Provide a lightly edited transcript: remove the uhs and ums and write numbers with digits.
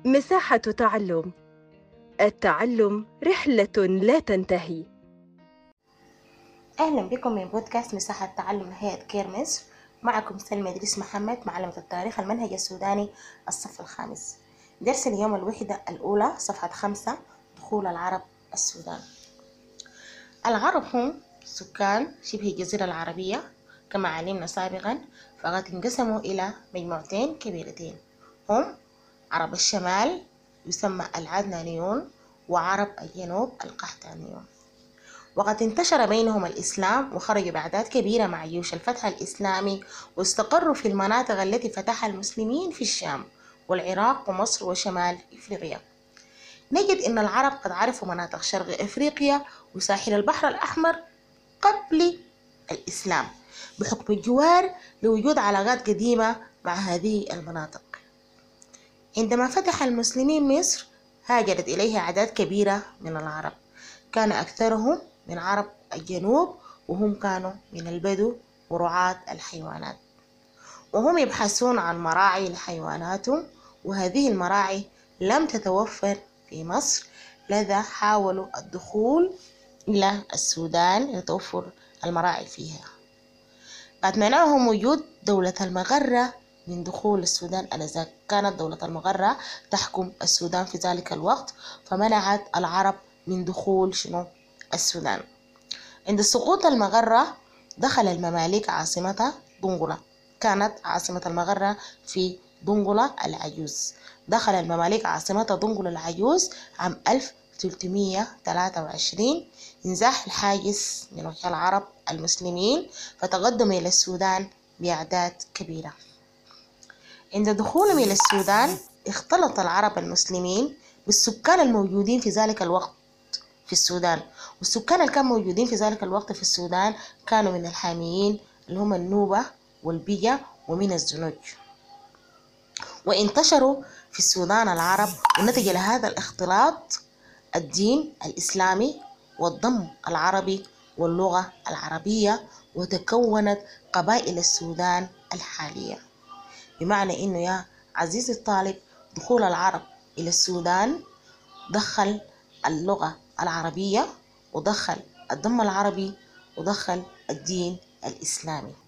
مساحة تعلم. التعلم رحلة لا تنتهي. أهلا بكم من بودكاست مساحة تعلم هيئة كير مصر. معكم سلمى إدريس محمد، معلمة التاريخ المنهج السوداني الصف الخامس. درس اليوم الوحدة الأولى صفحة 5. دخول العرب السودان. العرب هم سكان شبه الجزيرة العربية كما علمنا سابقا، فقد انقسموا إلى مجموعتين كبيرتين، هم عرب الشمال يسمى العدنانيون، وعرب الجنوب القحطانيون. وقد انتشر بينهم الإسلام وخرجوا بأعداد كبيرة مع جيوش الفتح الإسلامي، واستقروا في المناطق التي فتحها المسلمين في الشام والعراق ومصر وشمال إفريقيا. نجد أن العرب قد عرفوا مناطق شرق إفريقيا وساحل البحر الأحمر قبل الإسلام بحكم الجوار لوجود علاقات قديمة مع هذه المناطق. عندما فتح المسلمين مصر هاجرت إليها أعداد كبيرة من العرب، كان أكثرهم من عرب الجنوب، وهم كانوا من البدو ورعاة الحيوانات، وهم يبحثون عن مراعي لحيواناتهم، وهذه المراعي لم تتوفر في مصر، لذا حاولوا الدخول إلى السودان لتوفر المراعي فيها. قد منعهم وجود دولة المغرة من دخول السودان آنذاك، كانت دولة المغرة تحكم السودان في ذلك الوقت، فمنعت العرب من دخول السودان. عند سقوط المغرة دخل المماليك عاصمة دنقلة، كانت عاصمة المغرة في دنقلة العجوز. دخل المماليك عاصمة دنقلة العجوز عام 1323. انزاح الحاجز من وجه العرب المسلمين، فتقدموا إلى السودان بأعداد كبيرة. عند دخولهم إلى السودان اختلط العرب المسلمين بالسكان الموجودين في ذلك الوقت في السودان، والسكان اللي كانوا موجودين في ذلك الوقت في السودان كانوا من الحاميين اللي هم النوبة والبيجا ومن الزنوج. وانتشروا في السودان العرب، ونتج لهذا الاختلاط الدين الإسلامي والضم العربي واللغة العربية، وتكونت قبائل السودان الحالية. بمعنى إنه يا عزيزي الطالب، دخول العرب إلى السودان دخل اللغة العربية، ودخل الضم العربي، ودخل الدين الإسلامي.